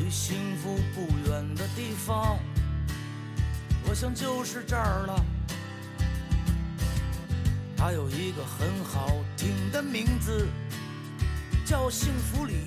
离幸福不远的地方，我想就是这儿了。它有一个很好听的名字，叫幸福里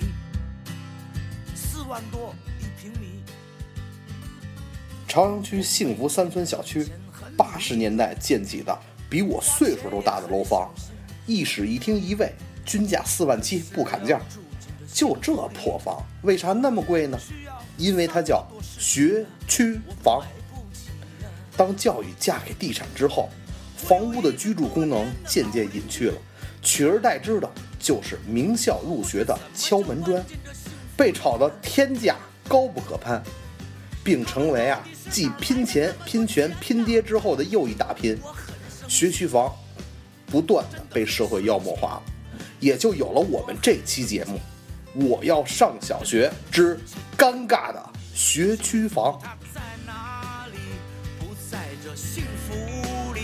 ，4万多1平米。 朝阳区幸福3村小区，80年代建起的比我岁数都大的楼房，一室一厅一卫，均价4万7不砍价。就这破房为啥那么贵呢？因为它叫学区房。当教育嫁给地产之后，房屋的居住功能渐渐隐去了，取而代之的就是名校入学的敲门砖，被炒得天价高不可攀，并成为继拼钱、拼权、拼爹之后的又一大拼。学区房不断的被社会妖魔化了，也就有了我们这期节目，我要上小学之尴尬的学区房。 在哪里？不在这幸福里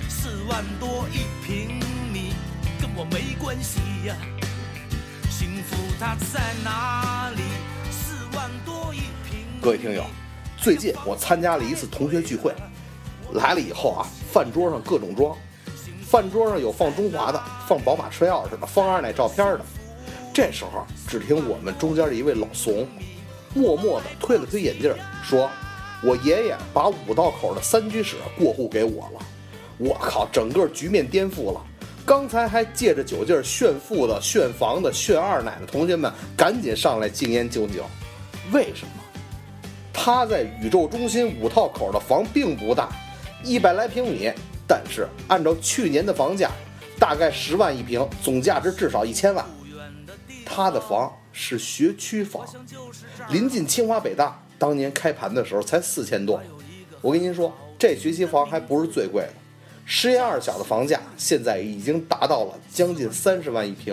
，4万多1平米，跟我没关系呀。幸福它在哪里？4万多1平米。 各位听友，最近我参加了一次同学聚会，来了以后饭桌上各种装，饭桌上有放中华的，放宝马车钥匙的，放二奶照片的。这时候只听我们中间的一位老怂默默地推了推眼镜，说我爷爷把5道口的3居室过户给我了。我靠，整个局面颠覆了。刚才还借着酒劲炫富的、炫房的、炫二奶的同学们赶紧上来敬烟敬酒。为什么？他在宇宙中心5套口的房并不大，100来平米，但是按照去年的房价大概10万1平，总价值至少1000万。他的房是学区房，临近清华北大，当年开盘的时候才4000多。我跟您说，这学区房还不是最贵的，10院2小的房价现在已经达到了将近30万1平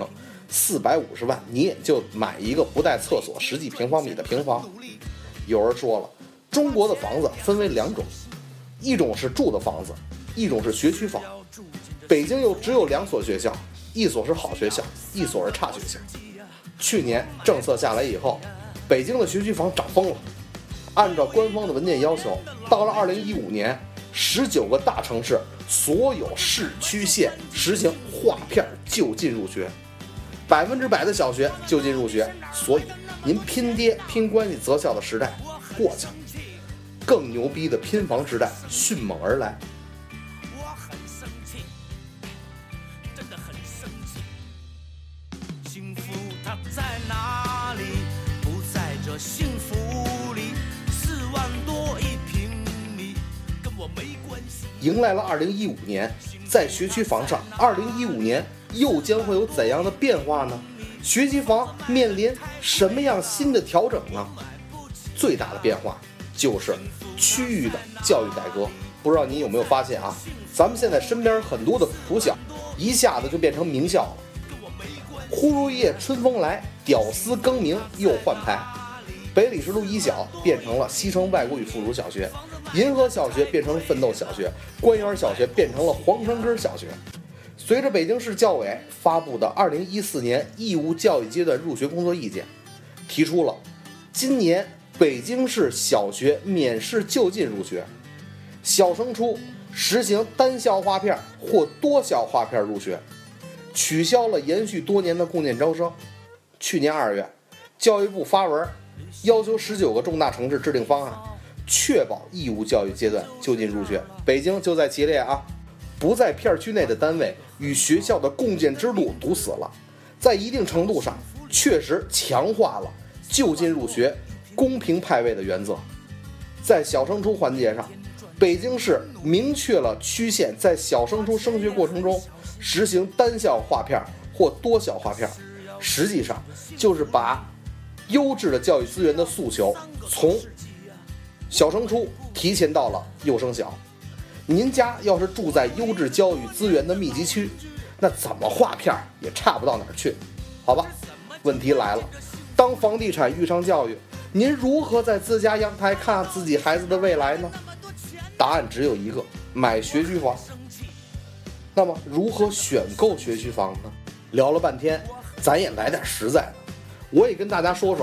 ，450万你也就买一个不带厕所10几平方米的平房。有人说了，中国的房子分为2种，一种是住的房子，一种是学区房。北京又只有2所学校，一所是好学校，一所是差学校。去年政策下来以后，北京的学区房涨疯了。按照官方的文件要求，到了2015年，19个大城市所有市区县实行划片就近入学，100%的小学就近入学。所以您拼爹拼关系择校的时代过去了，更牛逼的拼房时代迅猛而来。 我很生气，真的很生气。幸福它在哪里？不在这幸福里，4万多1平米，跟我没关系。 迎来了2015年，在学区房上，2015年又将会有怎样的变化呢？学区房面临什么样新的调整呢？最大的变化就是区域的教育改革。不知道您有没有发现咱们现在身边很多的普小一下子就变成名校了。忽如一夜春风来，屌丝更名又换牌。北礼士路一小变成了西城外国语附属小学，银河小学变成了奋斗小学，官园小学变成了黄山根小学。随着北京市教委发布的2014年义务教育阶段入学工作意见，提出了今年北京市小学免试就近入学，小升初实行单校划片或多校划片入学，取消了延续多年的共建招生。去年2月，教育部发文要求19个重大城市制定方案，确保义务教育阶段就近入学。北京就在其列不在片区内的单位与学校的共建之路堵死了，在一定程度上确实强化了就近入学公平派位的原则。在小升初环节上，北京市明确了区县在小升初升学过程中实行单校划片或多校划片，实际上就是把优质的教育资源的诉求从小升初提前到了幼升小。您家要是住在优质教育资源的密集区，那怎么划片也差不到哪儿去，好吧？问题来了，当房地产遇上教育，您如何在自家阳台看自己孩子的未来呢？答案只有一个，买学区房。那么如何选购学区房呢？聊了半天，咱也来点实在的。我也跟大家说说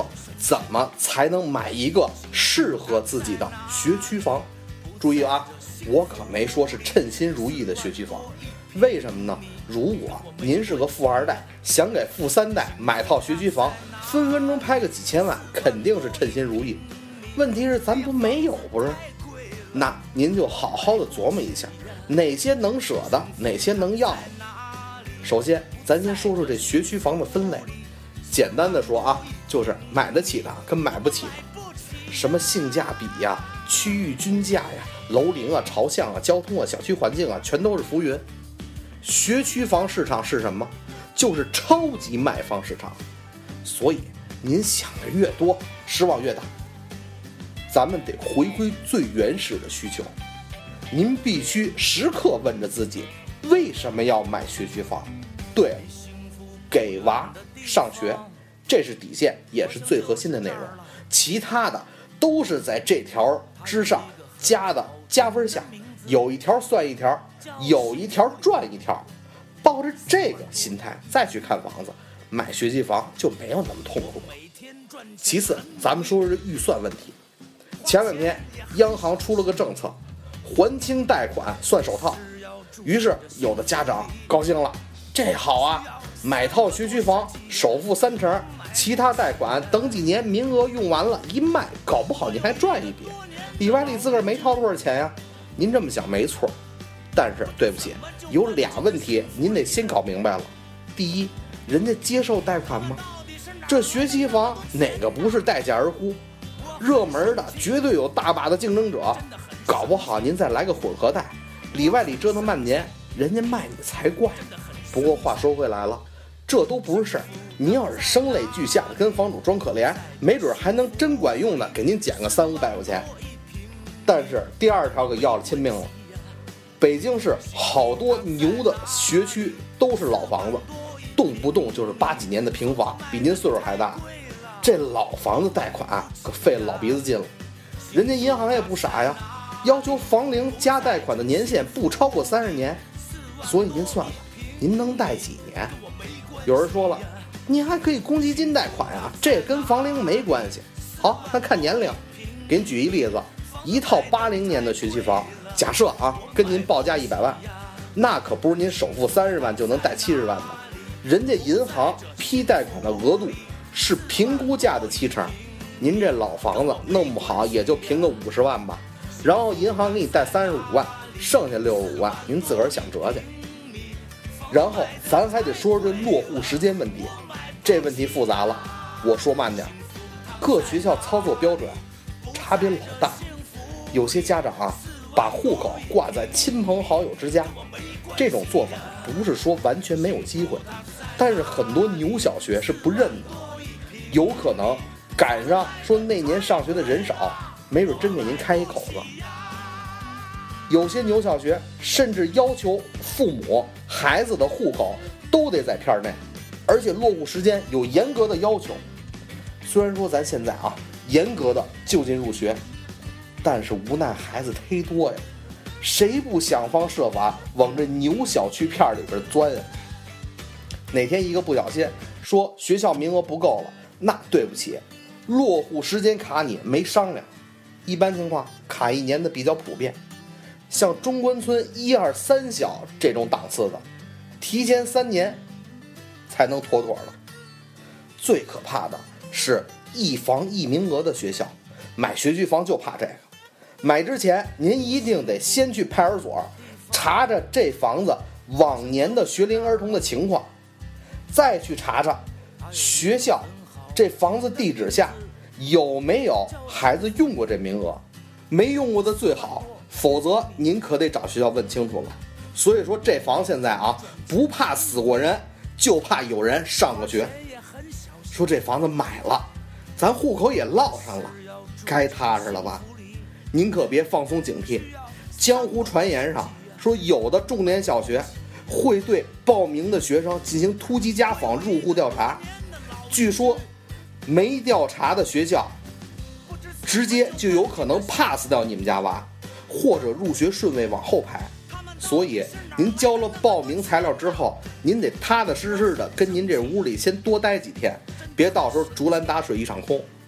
怎么才能买一个适合自己的学区房。注意啊，我可没说是称心如意的学区房。为什么呢？如果您是个富二代，想给富三代买套学区房，分分钟拍个几千万，肯定是称心如意。问题是咱不没有不是？那您就好好的琢磨一下，哪些能舍的，哪些能要的。首先咱先说说这学区房的分类，简单的说啊，就是买得起的跟买不起的，什么性价比呀、区域均价呀、楼龄啊、朝向啊、交通啊、小区环境啊，全都是浮云。学区房市场是什么？就是超级卖方市场。所以您想的越多，失望越大。咱们得回归最原始的需求，您必须时刻问着自己，为什么要买学区房？对了，给娃上学，这是底线，也是最核心的内容。其他的都是在这条之上加的加分项，有一条算一条，有一条赚一条。抱着这个心态再去看房子，买学区房就没有那么痛苦。其次，咱们说说这预算问题。前两天央行出了个政策，还清贷款算首套，于是有的家长高兴了，这好啊，买套学区房首付30%，其他贷款等几年名额用完了一卖，搞不好你还赚一笔。里外里自个儿没掏多少钱呀？您这么想没错，但是对不起，有俩问题您得先搞明白了。第一，人家接受贷款吗？这学区房哪个不是待价而沽？热门的绝对有大把的竞争者，搞不好您再来个混合贷，里外里折腾半年，人家卖你才怪。不过话说回来了，这都不是事儿。您要是声泪俱下的跟房主装可怜，没准还能真管用的给您减个300-500块钱。但是第二条可要了亲命了，北京市好多牛的学区都是老房子，动不动就是80几年的平房，比您岁数还大。这老房子贷款可费老鼻子劲了，人家银行也不傻呀，要求房龄加贷款的年限不超过30年。所以您算算，您能贷几年？有人说了，你还可以公积金贷款呀，这跟房龄没关系。好，那看年龄。给您举一例子，一套80年的学区房，假设啊，跟您报价100万，那可不是您首付30万就能贷70万的，人家银行批贷款的额度是评估价的70%，您这老房子弄不好也就评个50万吧，然后银行给你贷35万，剩下65万您自个儿想折去。然后咱还得说说这落户时间问题，这问题复杂了，我说慢点。各学校操作标准差别老大，有些家长啊把户口挂在亲朋好友之家，这种做法不是说完全没有机会，但是很多牛小学是不认的，有可能赶上说那年上学的人少，没准真给您开一口子。有些牛小学甚至要求父母孩子的户口都得在片内，而且落户时间有严格的要求。虽然说咱现在啊严格的就近入学，但是无奈孩子忒多呀，谁不想方设法往这牛小区片里边钻呀？哪天一个不小心说学校名额不够了，那对不起，落户时间卡你没商量。一般情况卡1年的比较普遍，像中关村1、2、3小这种档次的，提前3年才能妥妥的。最可怕的是一房一名额的学校，买学区房就怕这个。买之前您一定得先去派出所查查这房子往年的学龄儿童的情况，再去查查学校这房子地址下有没有孩子用过这名额，没用过的最好，否则您可得找学校问清楚了。所以说这房现在啊，不怕死过人，就怕有人上过学。说这房子买了，咱户口也落上了，该踏实了吧？您可别放松警惕。江湖传言上说，有的重点小学会对报名的学生进行突击家访入户调查，据说没调查的学校直接就有可能 pass 掉你们家娃，或者入学顺位往后排。所以您交了报名材料之后，您得踏踏实实的跟您这屋里先多待几天，别到时候竹篮打水一场空。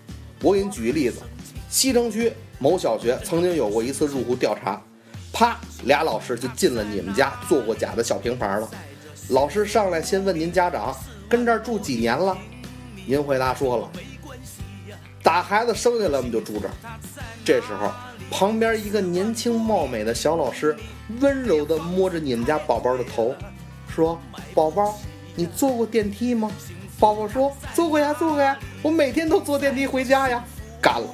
我给你举个例子，西城区某小学曾经有过一次入户调查，啪，俩老师就进了你们家做过假的小平房了。老师上来先问您家长跟这儿住几年了，您回答说了，打孩子生下来我们就住这儿。这时候旁边一个年轻貌美的小老师温柔地摸着你们家宝宝的头，说，宝宝，你坐过电梯吗？宝宝说，坐过呀，坐过呀，我每天都坐电梯回家呀。干了。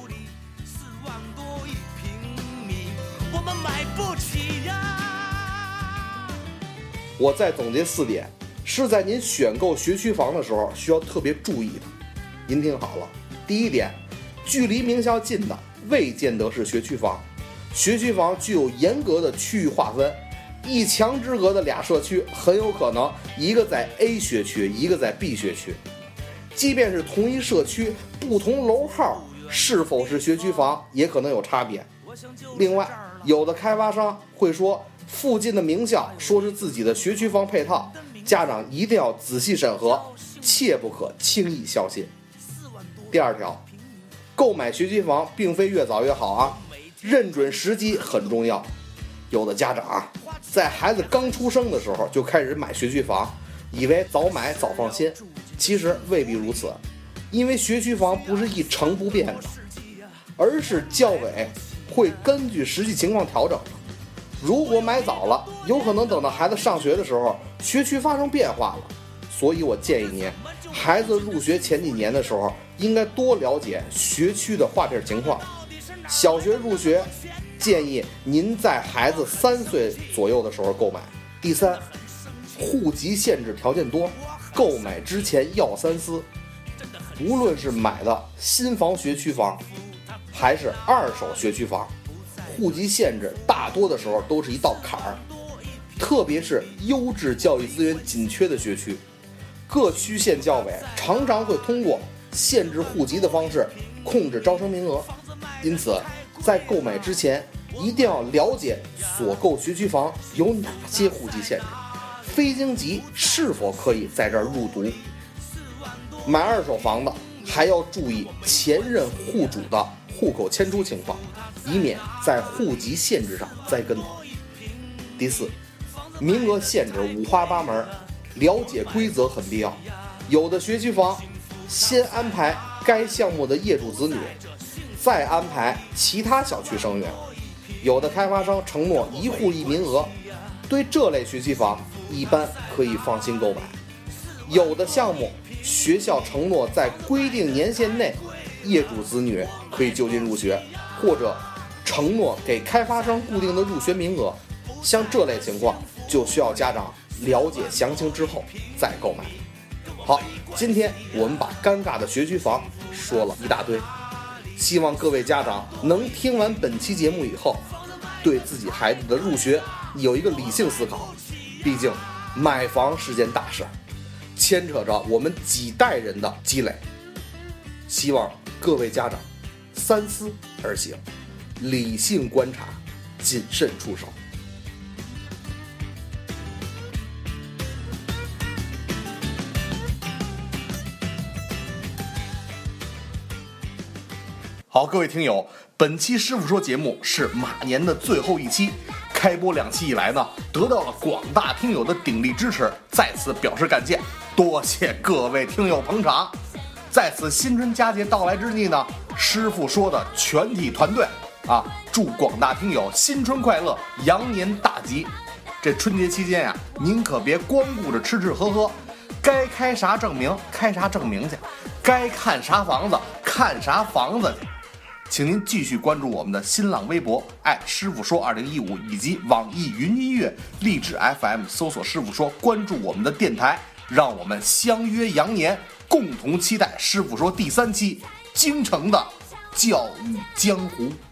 4万多一平米，我们买不起呀。 我再总结4点，是在您选购学区房的时候需要特别注意的。您听好了，第1点，距离名校近的未见得是学区房，学区房具有严格的区域划分，一墙之隔的俩社区很有可能一个在 A 学区，一个在 B 学区。即便是同一社区，不同楼号是否是学区房也可能有差别。另外，有的开发商会说附近的名校说是自己的学区房配套，家长一定要仔细审核，切不可轻易相信。第2条，购买学区房并非越早越好啊，认准时机很重要。有的家长在孩子刚出生的时候就开始买学区房，以为早买早放心，其实未必如此。因为学区房不是一成不变的，而是教委会根据实际情况调整的。如果买早了，有可能等到孩子上学的时候，学区发生变化了。所以我建议您，孩子入学前几年的时候，应该多了解学区的划片情况。小学入学，建议您在孩子3岁左右的时候购买。第3，户籍限制条件多，购买之前要三思。无论是买的新房学区房，还是二手学区房，户籍限制大多的时候都是一道坎儿，特别是优质教育资源紧缺的学区，各区县教委常常会通过限制户籍的方式控制招生名额。因此，在购买之前一定要了解所购学区房有哪些户籍限制，非京籍是否可以在这儿入读。买二手房的还要注意前任户主的户口迁出情况，以免在户籍限制上栽跟头。第4，名额限制五花八门，了解规则很必要。有的学区房先安排该项目的业主子女，再安排其他小区生源。有的开发商承诺1户1名额，对这类学区房一般可以放心购买。有的项目学校承诺在规定年限内，业主子女可以就近入学，或者承诺给开发商固定的入学名额。像这类情况，就需要家长了解详情之后再购买。好，今天我们把尴尬的学区房说了一大堆，希望各位家长能听完本期节目以后，对自己孩子的入学有一个理性思考。毕竟买房是件大事，牵扯着我们几代人的积累。希望各位家长三思而行，理性观察，谨慎出手。好，各位听友，本期师傅说节目是马年的最后一期，开播2期以来呢，得到了广大听友的鼎力支持，在此表示感谢，多谢各位听友捧场。在此新春佳节到来之际呢，师傅说的全体团队祝广大听友新春快乐，羊年大吉。这春节期间您可别光顾着吃吃喝喝，该开啥证明开啥证明去，该看啥房子看啥房子去。请您继续关注我们的新浪微博师傅说2015，以及网易云音乐、荔枝 FM 搜索师傅说，关注我们的电台，让我们相约羊年，共同期待师傅说第3期京城的教育江湖。